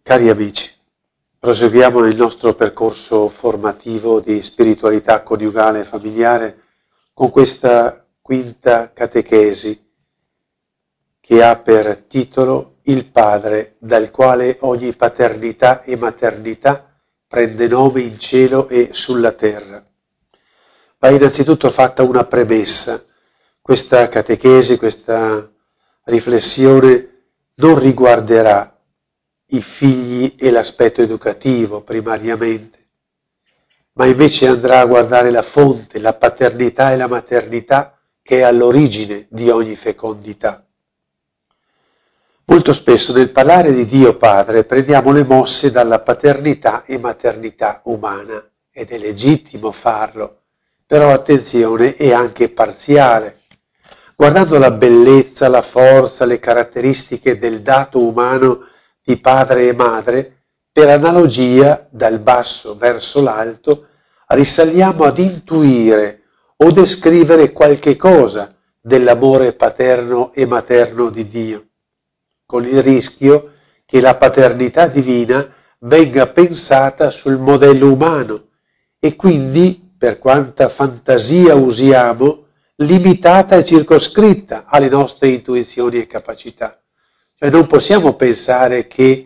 Cari amici, proseguiamo il nostro percorso formativo di spiritualità coniugale e familiare con questa quinta catechesi che ha per titolo Il Padre, dal quale ogni paternità e maternità prende nome in cielo e sulla terra. Va innanzitutto fatta una premessa. Questa catechesi, questa riflessione non riguarderà i figli e l'aspetto educativo primariamente, ma invece andrà a guardare la fonte, la paternità e la maternità che è all'origine di ogni fecondità. Molto spesso nel parlare di Dio Padre prendiamo le mosse dalla paternità e maternità umana, ed è legittimo farlo, però attenzione, è anche parziale. Guardando la bellezza, la forza, le caratteristiche del dato umano di padre e madre, per analogia, dal basso verso l'alto, risaliamo ad intuire o descrivere qualche cosa dell'amore paterno e materno di Dio, con il rischio che la paternità divina venga pensata sul modello umano e quindi, per quanta fantasia usiamo, limitata e circoscritta alle nostre intuizioni e capacità. Cioè non possiamo pensare che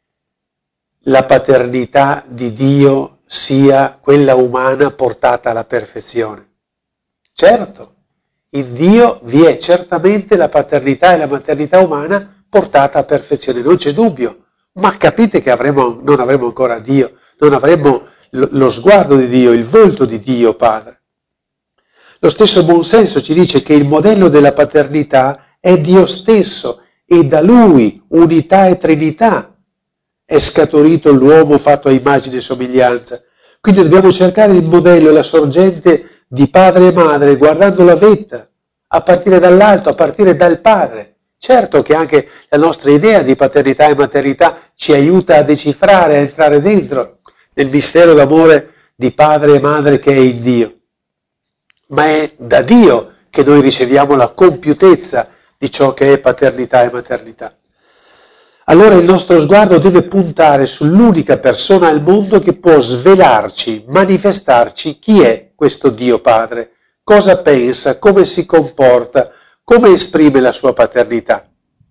la paternità di Dio sia quella umana portata alla perfezione. Certo, in Dio vi è certamente la paternità e la maternità umana portata a perfezione, non c'è dubbio, ma capite che non avremo ancora Dio, non avremo lo sguardo di Dio, il volto di Dio Padre. Lo stesso buonsenso ci dice che il modello della paternità è Dio stesso e da Lui, unità e trinità, è scaturito l'uomo fatto a immagine e somiglianza. Quindi dobbiamo cercare il modello, la sorgente di padre e madre, guardando la vetta, a partire dall'alto, a partire dal padre. Certo che anche la nostra idea di paternità e maternità ci aiuta a decifrare, a entrare dentro nel mistero d'amore di padre e madre che è in Dio. Ma è da Dio che noi riceviamo la compiutezza di ciò che è paternità e maternità. Allora il nostro sguardo deve puntare sull'unica persona al mondo che può svelarci, manifestarci chi è questo Dio Padre, cosa pensa, come si comporta, come esprime la sua paternità.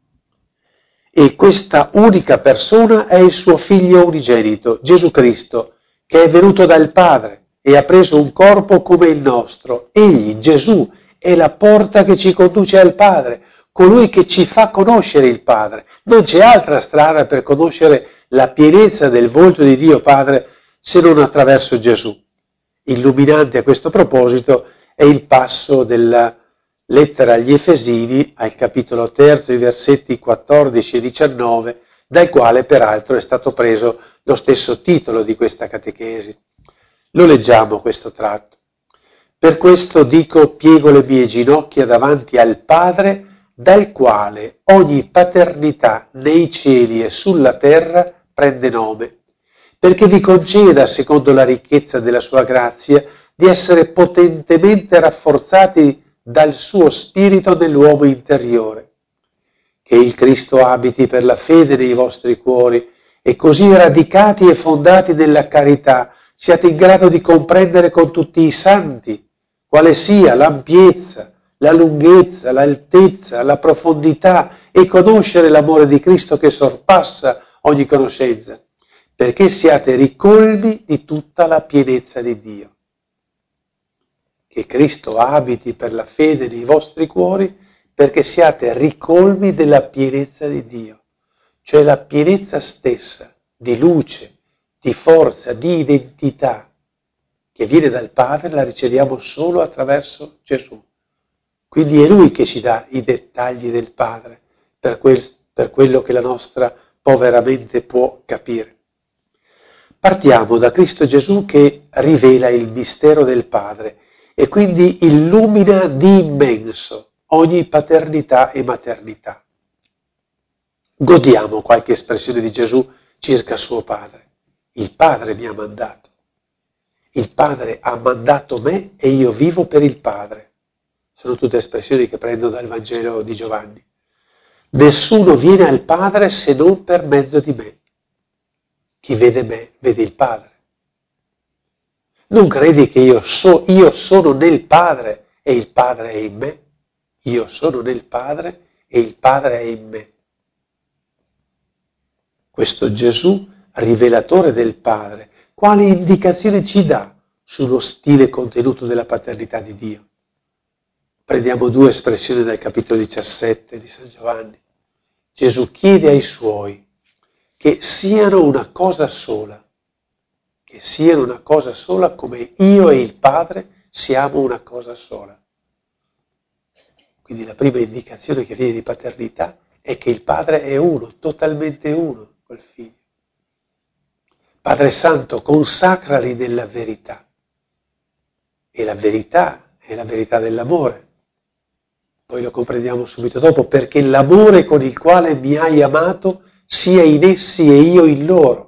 E questa unica persona è il suo Figlio unigenito, Gesù Cristo, che è venuto dal Padre e ha preso un corpo come il nostro. Egli, Gesù, è la porta che ci conduce al Padre, colui che ci fa conoscere il Padre. Non c'è altra strada per conoscere la pienezza del volto di Dio Padre se non attraverso Gesù. Illuminante a questo proposito è il passo della lettera agli Efesini, al capitolo 3, i versetti 14 e 19, dal quale peraltro è stato preso lo stesso titolo di questa catechesi. Lo leggiamo questo tratto. Per questo dico, piego le mie ginocchia davanti al Padre, dal quale ogni paternità nei cieli e sulla terra prende nome, perché vi conceda, secondo la ricchezza della sua grazia, di essere potentemente rafforzati dal suo spirito nell'uomo interiore. Che il Cristo abiti per la fede nei vostri cuori e così radicati e fondati nella carità siate in grado di comprendere con tutti i santi quale sia l'ampiezza, la lunghezza, l'altezza, la profondità e conoscere l'amore di Cristo che sorpassa ogni conoscenza, perché siate ricolmi di tutta la pienezza di Dio. Che Cristo abiti per la fede nei vostri cuori, perché siate ricolmi della pienezza di Dio, cioè la pienezza stessa di luce, di forza, di identità, che viene dal Padre, la riceviamo solo attraverso Gesù. Quindi è Lui che ci dà i dettagli del Padre, per quello che la nostra povera mente può capire. Partiamo da Cristo Gesù che rivela il mistero del Padre e quindi illumina di immenso ogni paternità e maternità. Godiamo qualche espressione di Gesù circa suo Padre. Il Padre mi ha mandato. Il Padre ha mandato me e io vivo per il Padre. Sono tutte espressioni che prendo dal Vangelo di Giovanni. Nessuno viene al Padre se non per mezzo di me. Chi vede me, vede il Padre. Non credi che io sono nel Padre e il Padre è in me? Io sono nel Padre e il Padre è in me. Questo Gesù, rivelatore del Padre, quali indicazioni ci dà sullo stile contenuto della paternità di Dio? Prendiamo due espressioni dal capitolo 17 di San Giovanni. Gesù chiede ai Suoi che siano una cosa sola, come io e il Padre siamo una cosa sola. Quindi la prima indicazione che viene di paternità è che il Padre è uno, totalmente uno col Figlio. Padre Santo, consacrali nella verità. E la verità è la verità dell'amore. Poi lo comprendiamo subito dopo, perché l'amore con il quale mi hai amato sia in essi e io in loro.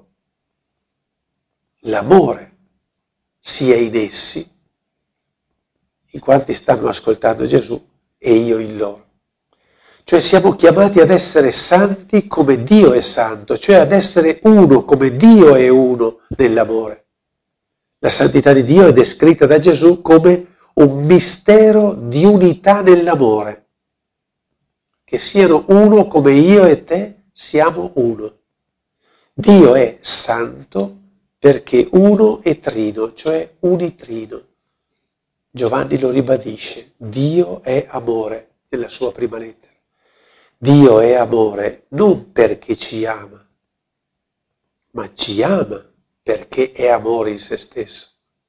L'amore sia in essi, in quanti stanno ascoltando Gesù, e io in loro. Cioè siamo chiamati ad essere santi come Dio è santo, cioè ad essere uno come Dio è uno nell'amore. La santità di Dio è descritta da Gesù come un mistero di unità nell'amore. Che siano uno come io e te siamo uno. Dio è santo perché uno e trino, cioè unitrino. Giovanni lo ribadisce, Dio è amore nella sua prima lettera. Dio è amore non perché ci ama, ma ci ama perché è amore in se stesso.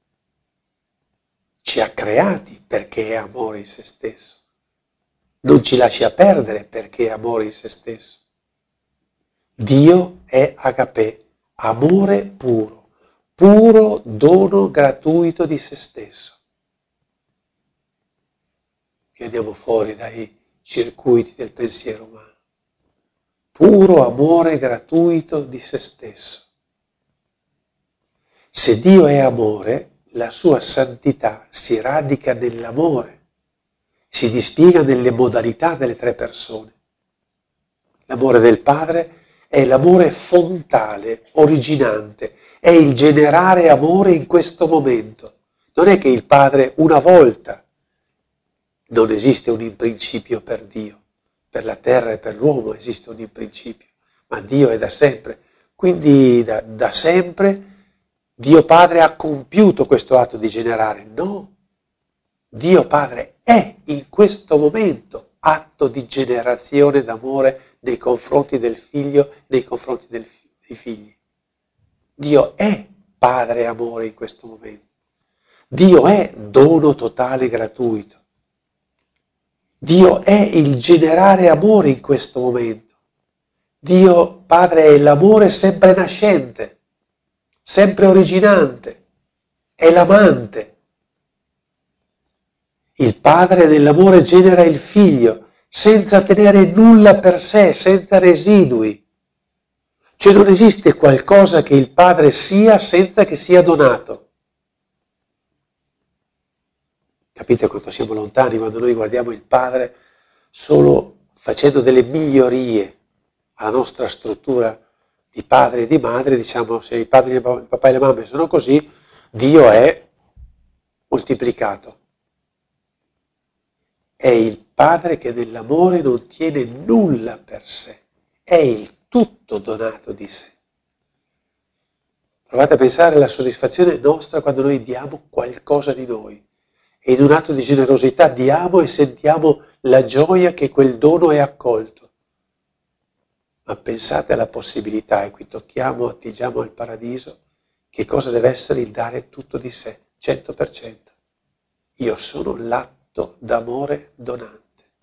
Ci ha creati perché è amore in se stesso. Non ci lascia perdere perché è amore in se stesso. Dio è agapè, amore puro, puro dono gratuito di se stesso. Che andiamo fuori dai circuiti del pensiero umano. Puro amore gratuito di se stesso. Se Dio è amore, la sua santità si radica nell'amore, si dispiega nelle modalità delle tre persone. L'amore del Padre è l'amore fontale, originante, è il generare amore in questo momento. Non è che il Padre una volta, non esiste un in principio per Dio, per la terra e per l'uomo esiste un in principio, ma Dio è da sempre. Quindi da sempre Dio Padre ha compiuto questo atto di generare. No, Dio Padre è in questo momento atto di generazione d'amore nei confronti del Figlio, nei confronti dei figli. Dio è Padre amore in questo momento. Dio è dono totale gratuito. Dio è il generare amore in questo momento. Dio Padre è l'amore sempre nascente, sempre originante, è l'amante. Il Padre nell'amore genera il Figlio, senza tenere nulla per sé, senza residui. Cioè non esiste qualcosa che il Padre sia senza che sia donato. Capite quanto siamo lontani quando noi guardiamo il Padre solo facendo delle migliorie alla nostra struttura di padre e di madre, diciamo se i padri, il papà e le mamme sono così, Dio è moltiplicato. È il Padre che nell'amore non tiene nulla per sé, è il tutto donato di sé. Provate a pensare alla soddisfazione nostra quando noi diamo qualcosa di noi e in un atto di generosità diamo e sentiamo la gioia che quel dono è accolto. Ma pensate alla possibilità, e qui attingiamo al paradiso, che cosa deve essere il dare tutto di sé, 100%. Io sono l'atto d'amore donante.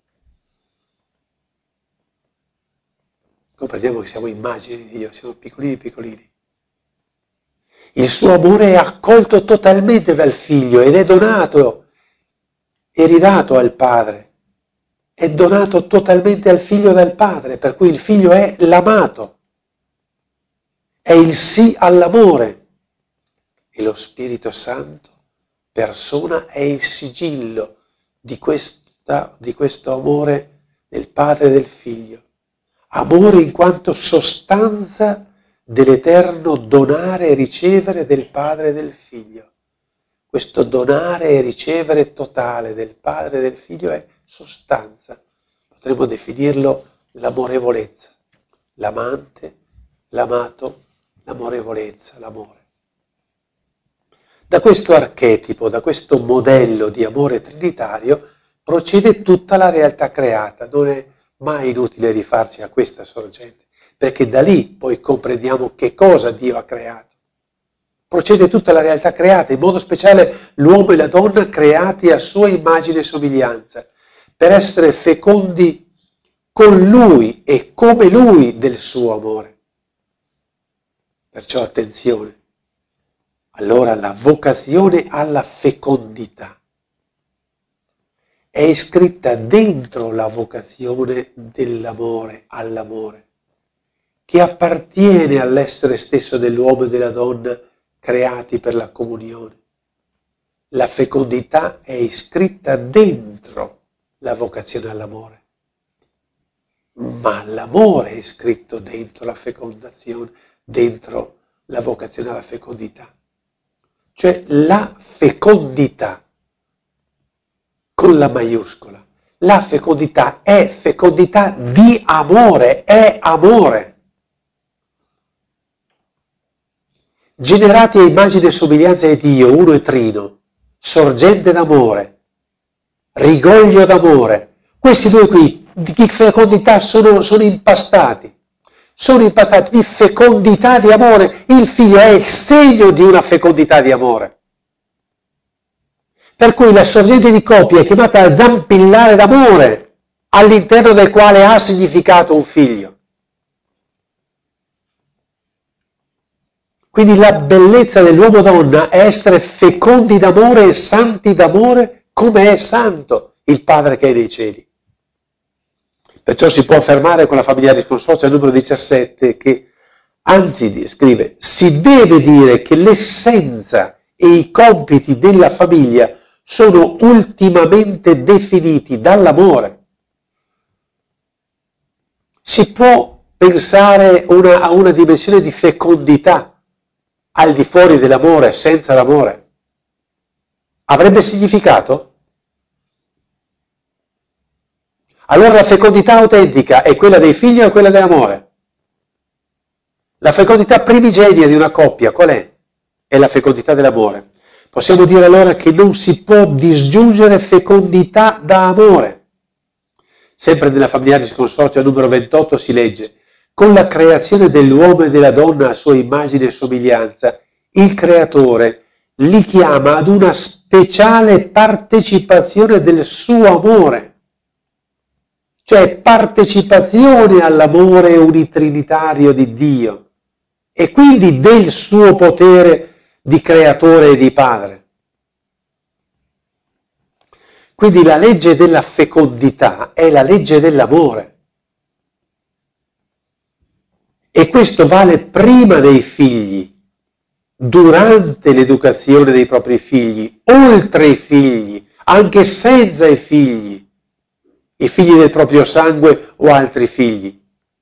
Comprendiamo che siamo immagini di Dio, siamo piccolini piccolini. Il suo amore è accolto totalmente dal Figlio ed è donato e ridato al Padre. È donato totalmente al Figlio dal Padre, per cui il Figlio è l'amato, è il sì all'amore e lo Spirito Santo, persona, è il sigillo di questo amore del Padre e del Figlio. Amore in quanto sostanza dell'eterno donare e ricevere del Padre e del Figlio. Questo donare e ricevere totale del Padre e del Figlio è sostanza. Potremmo definirlo l'amorevolezza, l'amante, l'amato, l'amorevolezza, l'amore. Da questo archetipo, da questo modello di amore trinitario, procede tutta la realtà creata. Non è mai inutile rifarsi a questa sorgente, perché da lì poi comprendiamo che cosa Dio ha creato. Procede tutta la realtà creata, in modo speciale l'uomo e la donna creati a sua immagine e somiglianza, per essere fecondi con Lui e come Lui del suo amore. Perciò attenzione. Allora la vocazione alla fecondità è iscritta dentro la vocazione dell'amore all'amore, che appartiene all'essere stesso dell'uomo e della donna creati per la comunione. La fecondità è iscritta dentro la vocazione all'amore, ma l'amore è iscritto dentro la fecondazione, dentro la vocazione alla fecondità. Cioè la fecondità con la maiuscola. La fecondità è fecondità di amore, è amore. Generati a immagine e somiglianza di Dio, uno e trino, sorgente d'amore, rigoglio d'amore. Questi due qui di fecondità sono impastati di fecondità di amore. Il figlio è il segno di una fecondità di amore. Per cui la sorgente di coppia è chiamata a zampillare d'amore, all'interno del quale ha significato un figlio. Quindi la bellezza dell'uomo-donna è essere fecondi d'amore e santi d'amore come è santo il Padre che è nei cieli. Perciò si può affermare con la familiare consorzio al numero 17 che, anzi, scrive, si deve dire che l'essenza e i compiti della famiglia sono ultimamente definiti dall'amore. Si può pensare a una dimensione di fecondità al di fuori dell'amore, senza l'amore? Avrebbe significato? Allora la fecondità autentica è quella dei figli o è quella dell'amore? La fecondità primigenia di una coppia qual è? È la fecondità dell'amore. Possiamo dire allora che non si può disgiungere fecondità da amore. Sempre nella Familiaris Consortio numero 28 si legge: con la creazione dell'uomo e della donna a sua immagine e somiglianza, il Creatore li chiama ad una speciale partecipazione del suo amore, cioè partecipazione all'amore unitrinitario di Dio e quindi del suo potere di creatore e di padre. Quindi la legge della fecondità è la legge dell'amore. E questo vale prima dei figli, durante l'educazione dei propri figli, oltre i figli, anche senza i figli del proprio sangue o altri figli.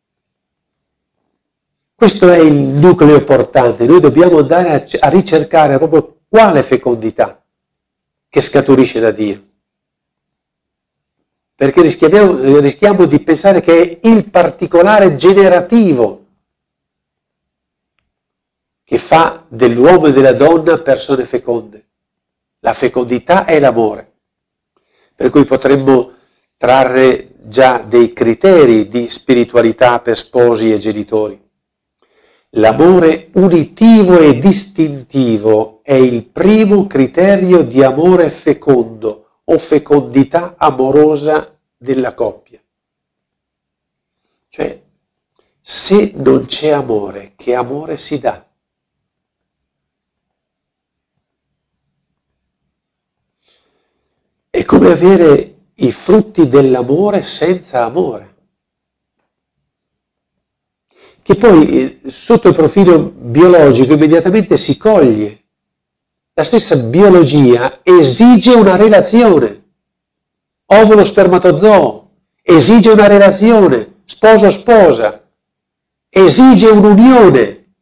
Questo è il nucleo portante. Noi dobbiamo andare a ricercare proprio quale fecondità che scaturisce da Dio. Perché rischiamo di pensare che è il particolare generativo che fa dell'uomo e della donna persone feconde. La fecondità è l'amore. Per cui potremmo trarre già dei criteri di spiritualità per sposi e genitori. L'amore unitivo e distintivo è il primo criterio di amore fecondo o fecondità amorosa della coppia. Cioè, se non c'è amore, che amore si dà? È come avere i frutti dell'amore senza amore. Che poi sotto il profilo biologico immediatamente si coglie. La stessa biologia esige una relazione. Ovulo-spermatozoo esige una relazione, sposo-sposa, esige un'unione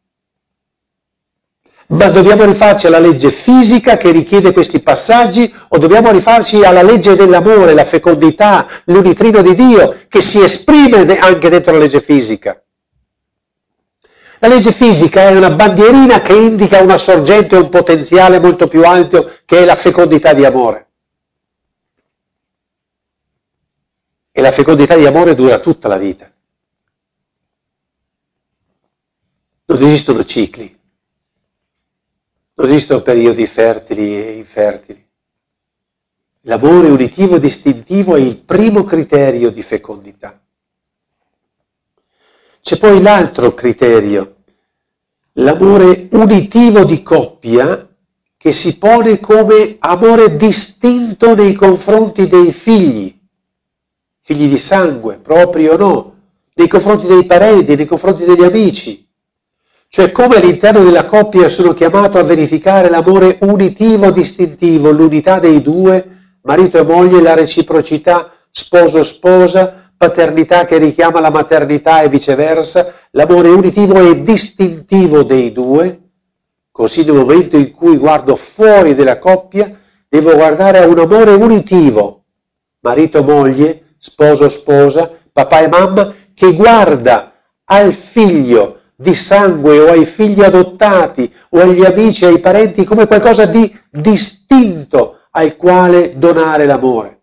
Ma dobbiamo rifarci alla legge fisica che richiede questi passaggi o dobbiamo rifarci alla legge dell'amore, la fecondità, l'unitrino di Dio che si esprime anche dentro la legge fisica? La legge fisica è una bandierina che indica una sorgente, un potenziale molto più alto che è la fecondità di amore. E la fecondità di amore dura tutta la vita. Non esistono cicli. Non esistono periodi fertili e infertili. L'amore unitivo e distintivo è il primo criterio di fecondità. C'è poi l'altro criterio, l'amore unitivo di coppia che si pone come amore distinto nei confronti dei figli di sangue, propri o no, nei confronti dei parenti, nei confronti degli amici. Cioè come all'interno della coppia sono chiamato a verificare l'amore unitivo distintivo, l'unità dei due, marito e moglie, la reciprocità, sposo-sposa, paternità che richiama la maternità e viceversa, l'amore unitivo e distintivo dei due, così nel momento in cui guardo fuori della coppia, devo guardare a un amore unitivo, marito-moglie, sposo-sposa, papà e mamma, che guarda al figlio di sangue o ai figli adottati o agli amici, ai parenti come qualcosa di distinto al quale donare l'amore.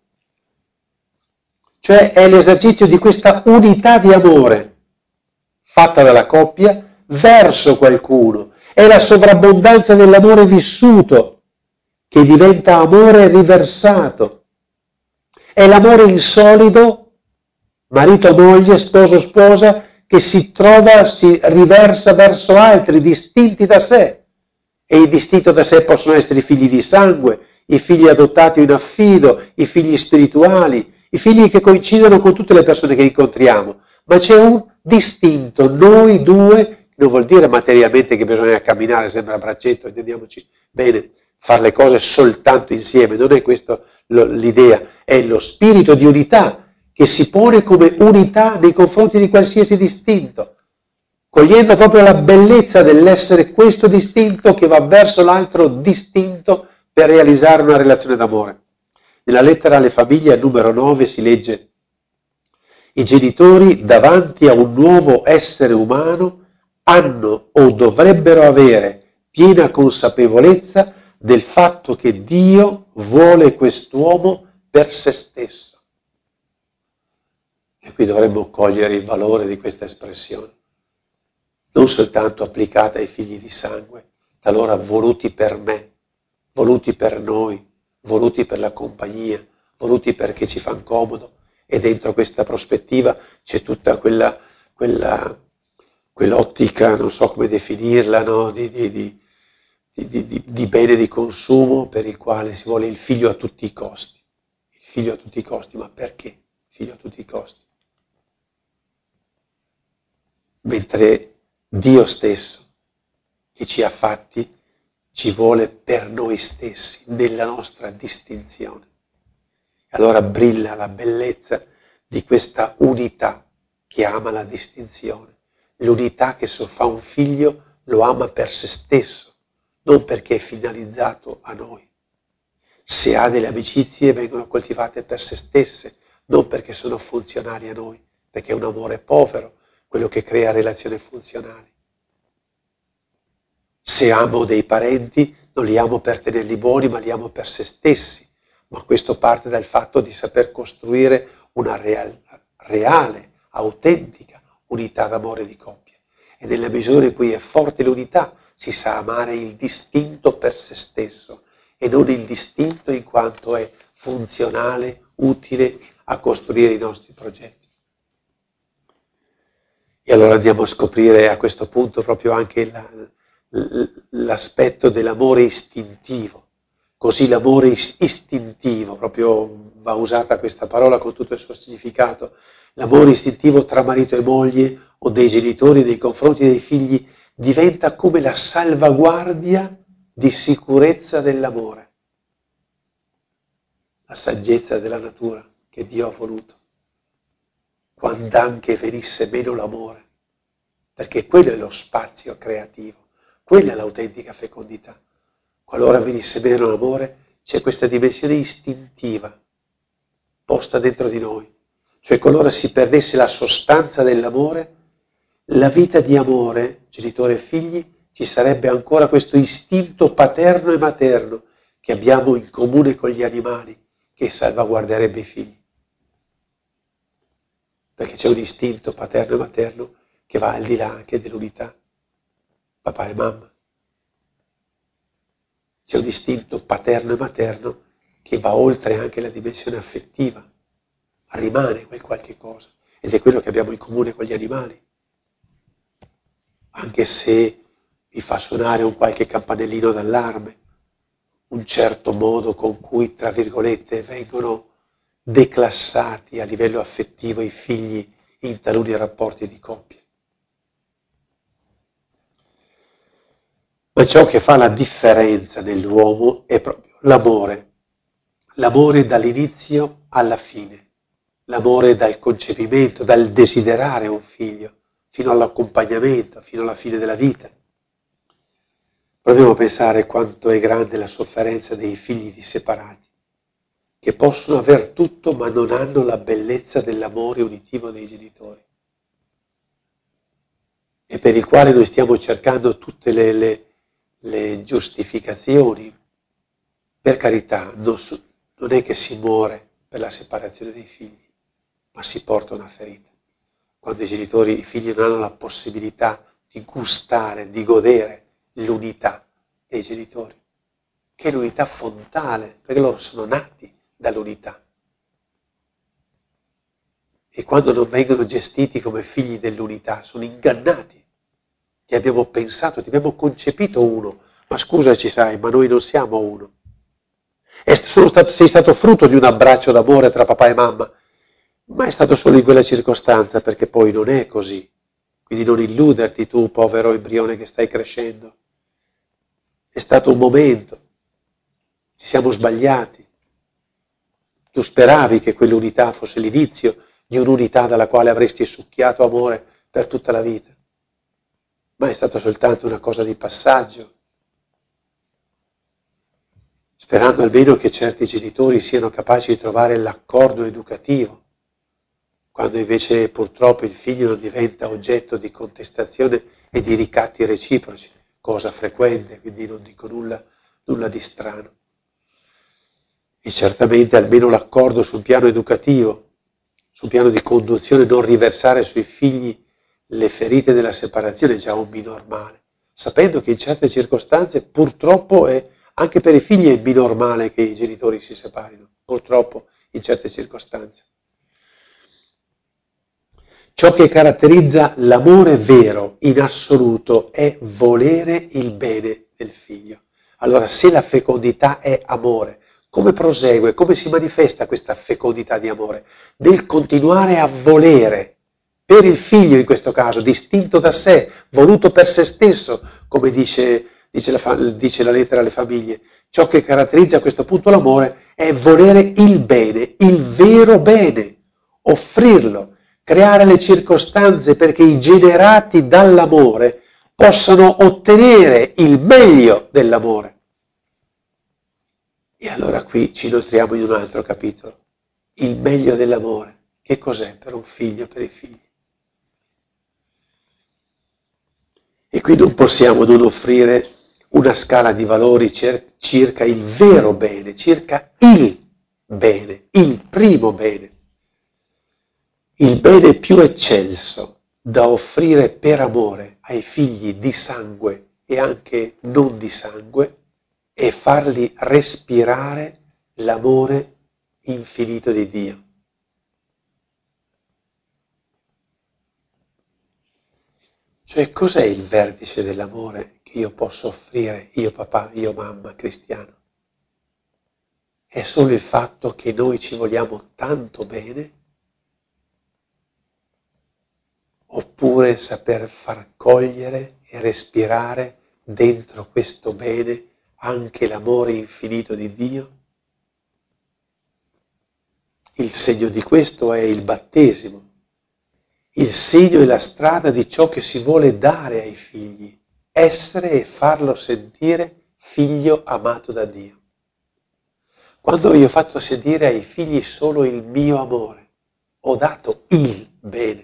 Cioè è l'esercizio di questa unità di amore fatta dalla coppia verso qualcuno. È la sovrabbondanza dell'amore vissuto che diventa amore riversato. È l'amore insolido, marito-moglie, sposo-sposa, che si riversa verso altri, distinti da sé. E i distinti da sé possono essere i figli di sangue, i figli adottati in affido, i figli spirituali, i figli che coincidono con tutte le persone che incontriamo. Ma c'è un distinto, noi due, non vuol dire materialmente che bisogna camminare sempre a braccetto, intendiamoci bene, fare le cose soltanto insieme, non è questa l'idea, è lo spirito di unità che si pone come unità nei confronti di qualsiasi distinto, cogliendo proprio la bellezza dell'essere questo distinto che va verso l'altro distinto per realizzare una relazione d'amore. Nella lettera alle famiglie, al numero 9, si legge: i genitori davanti a un nuovo essere umano hanno o dovrebbero avere piena consapevolezza del fatto che Dio vuole quest'uomo per se stesso. E qui dovremmo cogliere il valore di questa espressione, non soltanto applicata ai figli di sangue, talora voluti per me, voluti per noi, voluti per la compagnia, voluti perché ci fanno comodo. E dentro questa prospettiva c'è tutta quell'ottica, non so come definirla, no? di bene di consumo per il quale si vuole il figlio a tutti i costi. Il figlio a tutti i costi, ma perché il figlio a tutti i costi? Mentre Dio stesso, che ci ha fatti, ci vuole per noi stessi, nella nostra distinzione. Allora brilla la bellezza di questa unità che ama la distinzione. L'unità che se fa un figlio lo ama per se stesso, non perché è finalizzato a noi. Se ha delle amicizie vengono coltivate per se stesse, non perché sono funzionali a noi, perché è un amore povero quello che crea relazioni funzionali. Se amo dei parenti non li amo per tenerli buoni, ma li amo per se stessi. Ma questo parte dal fatto di saper costruire una reale, autentica unità d'amore di coppia. E nella misura in cui è forte l'unità, si sa amare il distinto per se stesso e non il distinto in quanto è funzionale, utile a costruire i nostri progetti. E allora andiamo a scoprire a questo punto proprio anche l'aspetto dell'amore istintivo. Così l'amore istintivo, proprio va usata questa parola con tutto il suo significato, l'amore istintivo tra marito e moglie o dei genitori nei confronti dei figli diventa come la salvaguardia di sicurezza dell'amore, la saggezza della natura che Dio ha voluto, quando anche venisse meno l'amore, perché quello è lo spazio creativo. Quella è l'autentica fecondità. Qualora venisse meno l'amore, c'è questa dimensione istintiva posta dentro di noi. Cioè, qualora si perdesse la sostanza dell'amore, la vita di amore, genitore e figli, ci sarebbe ancora questo istinto paterno e materno che abbiamo in comune con gli animali, che salvaguarderebbe i figli. Perché c'è un istinto paterno e materno che va al di là anche dell'unità, papà e mamma. C'è un istinto paterno e materno che va oltre anche la dimensione affettiva, rimane quel qualche cosa, ed è quello che abbiamo in comune con gli animali. Anche se vi fa suonare un qualche campanellino d'allarme, un certo modo con cui, tra virgolette, vengono declassati a livello affettivo i figli in taluni rapporti di coppia. Ma ciò che fa la differenza nell'uomo è proprio l'amore. L'amore dall'inizio alla fine. L'amore dal concepimento, dal desiderare un figlio, fino all'accompagnamento, fino alla fine della vita. Proviamo a pensare quanto è grande la sofferenza dei figli di separati, che possono aver tutto ma non hanno la bellezza dell'amore unitivo dei genitori. E per il quale noi stiamo cercando tutte le giustificazioni. Per carità, non è che si muore per la separazione dei figli, ma si porta una ferita. Quando i figli non hanno la possibilità di gustare, di godere l'unità dei genitori, che è l'unità fontale, perché loro sono nati dall'unità. E quando non vengono gestiti come figli dell'unità, sono ingannati. Ti abbiamo pensato, ti abbiamo concepito uno, ma scusaci sai, ma noi non siamo uno. Sei stato frutto di un abbraccio d'amore tra papà e mamma, ma è stato solo in quella circostanza, perché poi non è così. Quindi non illuderti tu, povero embrione che stai crescendo. È stato un momento, ci siamo sbagliati. Tu speravi che quell'unità fosse l'inizio di un'unità dalla quale avresti succhiato amore per tutta la vita. Ma è stato soltanto una cosa di passaggio, sperando almeno che certi genitori siano capaci di trovare l'accordo educativo, quando invece purtroppo il figlio non diventa oggetto di contestazione e di ricatti reciproci, cosa frequente, quindi non dico nulla di strano. E certamente almeno l'accordo sul piano educativo, sul piano di conduzione, non riversare sui figli le ferite della separazione è già un minor male, sapendo che in certe circostanze purtroppo anche per i figli è minor male che i genitori si separino, purtroppo in certe circostanze. Ciò che caratterizza l'amore vero in assoluto è volere il bene del figlio. Allora, se la fecondità è amore, come prosegue, come si manifesta questa fecondità di amore? Nel continuare a volere per il figlio in questo caso, distinto da sé, voluto per se stesso, come dice la lettera alle famiglie. Ciò che caratterizza a questo punto l'amore è volere il bene, il vero bene, offrirlo, creare le circostanze perché i generati dall'amore possano ottenere il meglio dell'amore. E allora qui ci nutriamo in un altro capitolo, il meglio dell'amore. Che cos'è per un figlio, per i figli? E qui non possiamo non offrire una scala di valori circa il vero bene, circa il bene, il primo bene, il bene più eccelso da offrire per amore ai figli di sangue e anche non di sangue è farli respirare l'amore infinito di Dio. Cioè, cos'è il vertice dell'amore che io posso offrire, io papà, io mamma, cristiano? È solo il fatto che noi ci vogliamo tanto bene? Oppure saper far cogliere e respirare dentro questo bene anche l'amore infinito di Dio? Il segno di questo è il battesimo. Il segno e la strada di ciò che si vuole dare ai figli essere e farlo sentire figlio amato da Dio. Quando io ho fatto sentire ai figli solo il mio amore, ho dato il bene.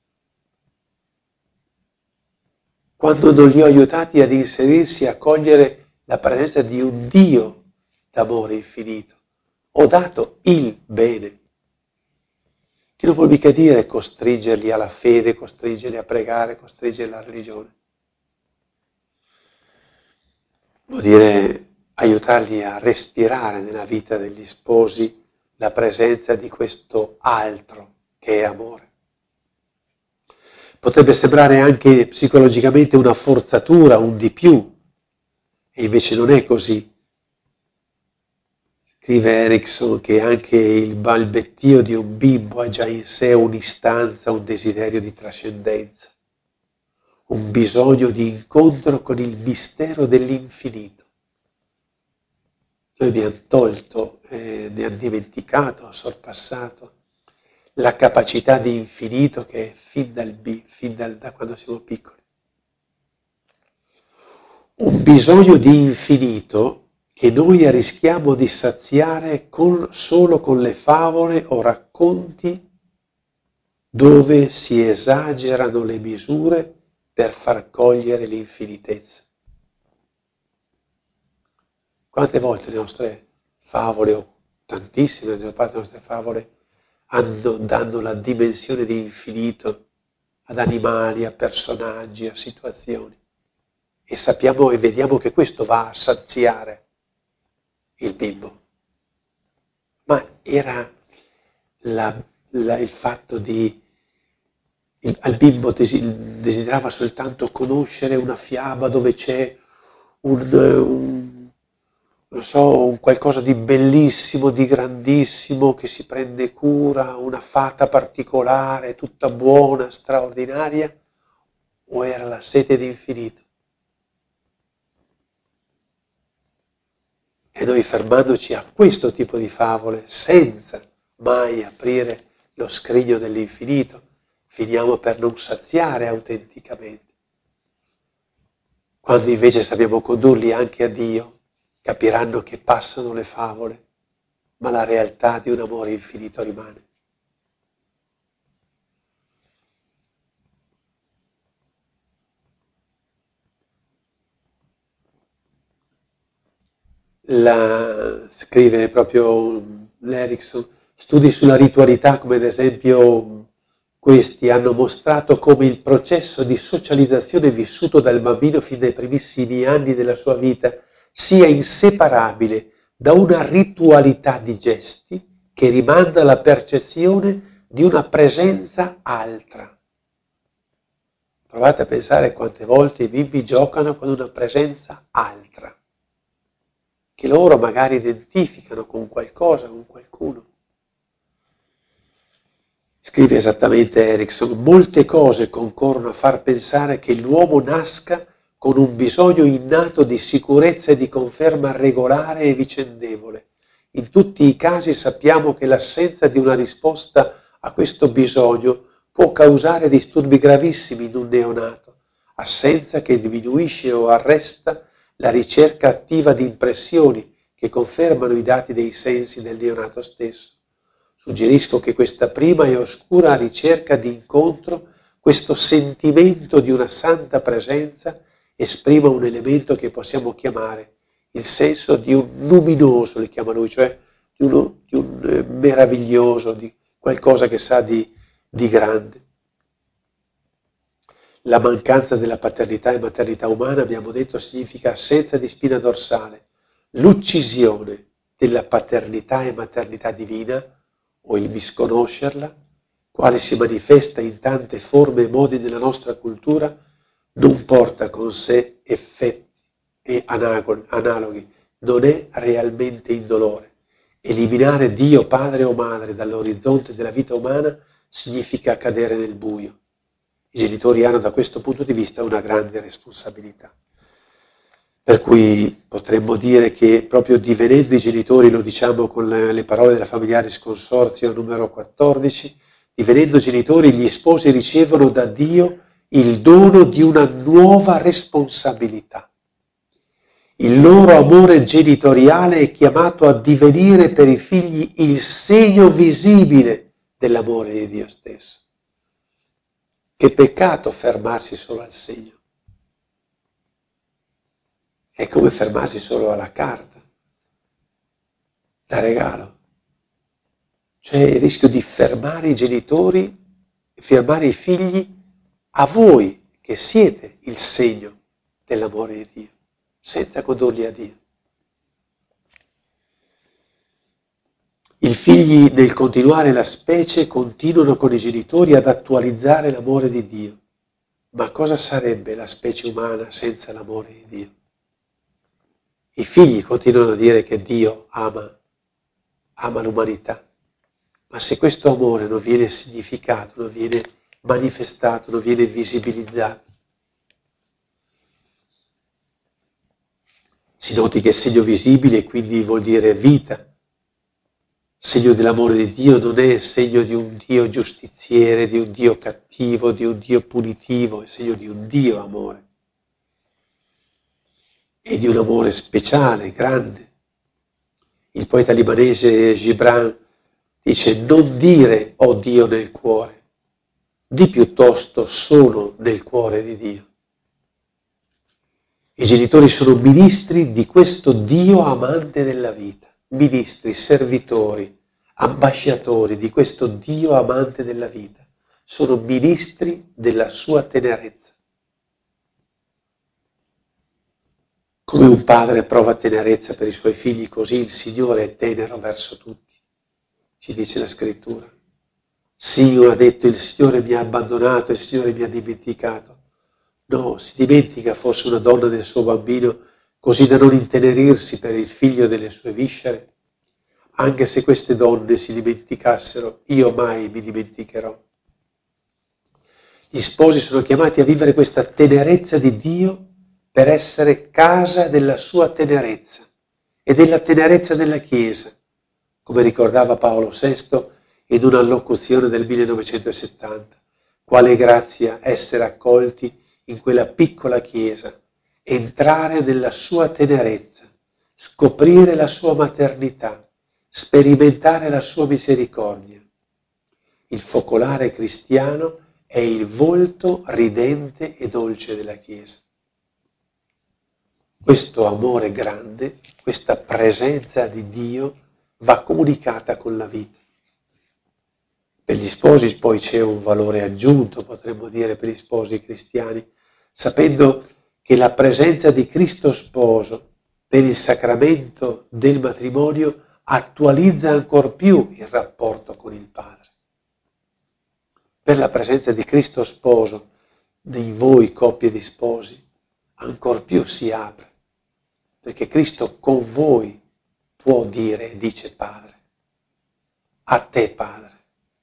Quando non li ho aiutati ad inserirsi e a cogliere la presenza di un Dio d'amore infinito, ho dato il bene. Che non vuol mica dire costringerli alla fede, costringerli a pregare, costringerli alla religione. Vuol dire aiutarli a respirare nella vita degli sposi la presenza di questo altro che è amore. Potrebbe sembrare anche psicologicamente una forzatura, un di più, e invece non è così. Scrive Erickson che anche il balbettio di un bimbo ha già in sé un'istanza, un desiderio di trascendenza, un bisogno di incontro con il mistero dell'infinito. Noi abbiamo tolto, abbiamo dimenticato, sorpassato la capacità di infinito che è fin da quando siamo piccoli. Un bisogno di infinito che noi rischiamo di saziare solo con le favole o racconti dove si esagerano le misure per far cogliere l'infinitezza. Quante volte le nostre favole, o tantissime delle nostre favole, danno la dimensione di infinito ad animali, a personaggi, a situazioni. E sappiamo e vediamo che questo va a saziare il bimbo. Ma era il fatto al bimbo desiderava soltanto conoscere una fiaba dove c'è un qualcosa di bellissimo, di grandissimo, che si prende cura, una fata particolare, tutta buona, straordinaria, o era la sete di infinito? E noi fermandoci a questo tipo di favole, senza mai aprire lo scrigno dell'infinito, finiamo per non saziare autenticamente. Quando invece sappiamo condurli anche a Dio, capiranno che passano le favole, ma la realtà di un amore infinito rimane. Scrive proprio l'Erickson, studi sulla ritualità come ad esempio questi hanno mostrato come il processo di socializzazione vissuto dal bambino fin dai primissimi anni della sua vita sia inseparabile da una ritualità di gesti che rimanda alla percezione di una presenza altra. Provate a pensare quante volte i bimbi giocano con una presenza altra, che loro magari identificano con qualcosa, con qualcuno. Scrive esattamente Erickson, molte cose concorrono a far pensare che l'uomo nasca con un bisogno innato di sicurezza e di conferma regolare e vicendevole. In tutti i casi sappiamo che l'assenza di una risposta a questo bisogno può causare disturbi gravissimi in un neonato, assenza che diminuisce o arresta la ricerca attiva di impressioni che confermano i dati dei sensi del neonato stesso. Suggerisco che questa prima e oscura ricerca di incontro, questo sentimento di una santa presenza, esprima un elemento che possiamo chiamare il senso di un luminoso, li chiama lui, cioè di un meraviglioso, di qualcosa che sa di grande. La mancanza della paternità e maternità umana, abbiamo detto, significa assenza di spina dorsale, l'uccisione della paternità e maternità divina, o il misconoscerla, quale si manifesta in tante forme e modi nella nostra cultura, non porta con sé effetti e analoghi, non è realmente indolore. Eliminare Dio padre o madre dall'orizzonte della vita umana significa cadere nel buio. I genitori hanno da questo punto di vista una grande responsabilità. Per cui potremmo dire che proprio divenendo i genitori, lo diciamo con le parole della Familiaris Consortio numero 14, divenendo genitori gli sposi ricevono da Dio il dono di una nuova responsabilità. Il loro amore genitoriale è chiamato a divenire per i figli il segno visibile dell'amore di Dio stesso. Che peccato fermarsi solo al segno. È come fermarsi solo alla carta da regalo. C'è il rischio di fermare i genitori, fermare i figli a voi che siete il segno dell'amore di Dio, senza condurli a Dio. I figli nel continuare la specie continuano con i genitori ad attualizzare l'amore di Dio. Ma cosa sarebbe la specie umana senza l'amore di Dio? I figli continuano a dire che Dio ama l'umanità, ma se questo amore non viene significato, non viene manifestato, non viene visibilizzato, si noti che segno visibile quindi vuol dire vita. Segno dell'amore di Dio non è segno di un Dio giustiziere, di un Dio cattivo, di un Dio punitivo, è segno di un Dio amore. E di un amore speciale, grande. Il poeta libanese Gibran dice: non dire ho Dio nel cuore, di piuttosto sono nel cuore di Dio. I genitori sono ministri di questo Dio amante della vita, ministri, servitori, ambasciatori di questo Dio amante della vita, sono ministri della sua tenerezza. Come un padre prova tenerezza per i suoi figli, così il Signore è tenero verso tutti, ci dice la Scrittura. Sì, uno ha detto: il Signore mi ha abbandonato, il Signore mi ha dimenticato. No, si dimentica forse una donna del suo bambino, così da non intenerirsi per il figlio delle sue viscere? Anche se queste donne si dimenticassero, io mai mi dimenticherò. Gli sposi sono chiamati a vivere questa tenerezza di Dio per essere casa della sua tenerezza e della tenerezza della Chiesa, come ricordava Paolo VI in una allocuzione del 1970. Quale grazia essere accolti in quella piccola Chiesa, entrare nella sua tenerezza, scoprire la sua maternità, sperimentare la sua misericordia. Il focolare cristiano è il volto ridente e dolce della Chiesa. Questo amore grande, questa presenza di Dio va comunicata con la vita. Per gli sposi poi c'è un valore aggiunto, potremmo dire, per gli sposi cristiani, sapendo che la presenza di Cristo sposo per il sacramento del matrimonio attualizza ancor più il rapporto con il Padre. Per la presenza di Cristo sposo in voi coppie di sposi ancor più si apre, perché Cristo con voi può dire e dice: Padre, a te Padre,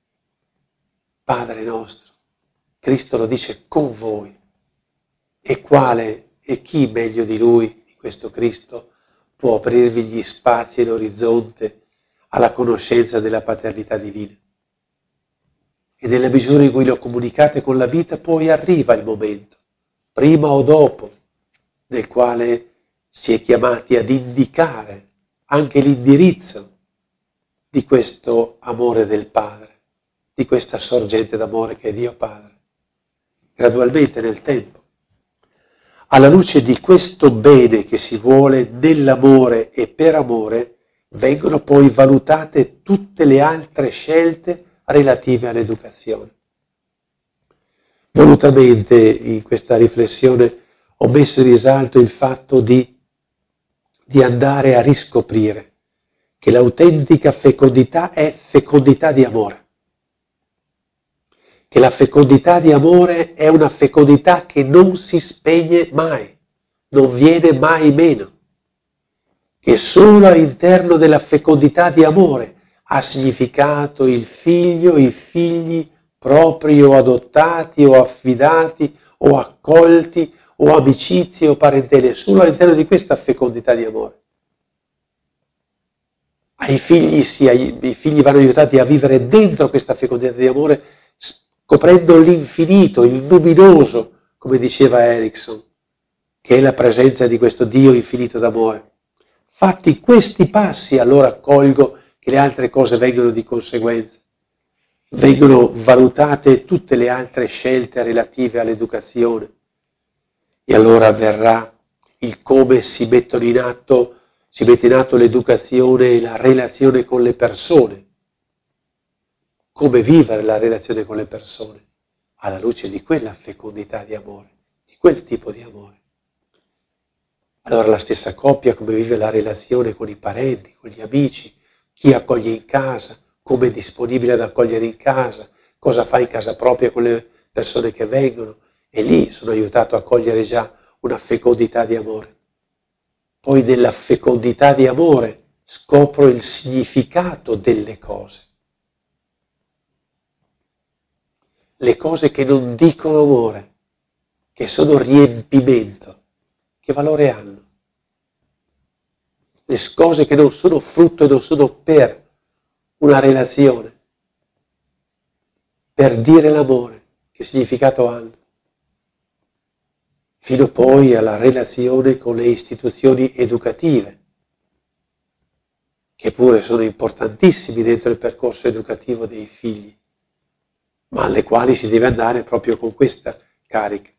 Padre nostro. Cristo lo dice con voi. E quale e chi meglio di Lui, di questo Cristo, può aprirvi gli spazi e l'orizzonte alla conoscenza della paternità divina? E nella misura in cui lo comunicate con la vita, poi arriva il momento, prima o dopo, nel quale si è chiamati ad indicare anche l'indirizzo di questo amore del Padre, di questa sorgente d'amore che è Dio Padre, gradualmente nel tempo. Alla luce di questo bene che si vuole nell'amore e per amore, vengono poi valutate tutte le altre scelte relative all'educazione. Volutamente in questa riflessione ho messo in risalto il fatto di andare a riscoprire che l'autentica fecondità è fecondità di amore. Che la fecondità di amore è una fecondità che non si spegne mai, non viene mai meno, che solo all'interno della fecondità di amore ha significato il figlio, i figli propri o adottati o affidati o accolti o amicizie o parentele, solo all'interno di questa fecondità di amore. I figli vanno aiutati a vivere dentro questa fecondità di amore, coprendo l'infinito, il luminoso, come diceva Erickson, che è la presenza di questo Dio infinito d'amore. Fatti questi passi, allora accolgo che le altre cose vengono di conseguenza. Vengono valutate tutte le altre scelte relative all'educazione. E allora avverrà il come si mette in atto l'educazione e la relazione con le persone. Come vivere la relazione con le persone alla luce di quella fecondità di amore, di quel tipo di amore. Allora la stessa coppia come vive la relazione con i parenti, con gli amici, chi accoglie in casa, come è disponibile ad accogliere in casa, cosa fa in casa propria con le persone che vengono, e lì sono aiutato a cogliere già una fecondità di amore. Poi nella fecondità di amore scopro il significato delle cose. Le cose che non dicono amore, che sono riempimento, che valore hanno? Le cose che non sono frutto e non sono per una relazione, per dire l'amore, che significato hanno? Fino poi alla relazione con le istituzioni educative, che pure sono importantissimi dentro il percorso educativo dei figli, ma alle quali si deve andare proprio con questa carica.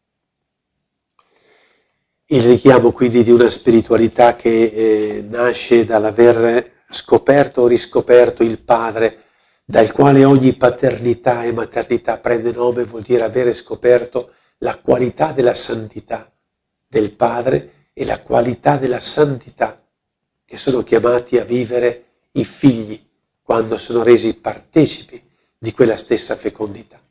Il richiamo quindi di una spiritualità che nasce dall'aver scoperto o riscoperto il Padre, dal quale ogni paternità e maternità prende nome, vuol dire avere scoperto la qualità della santità del Padre e la qualità della santità che sono chiamati a vivere i figli quando sono resi partecipi di quella stessa fecondità.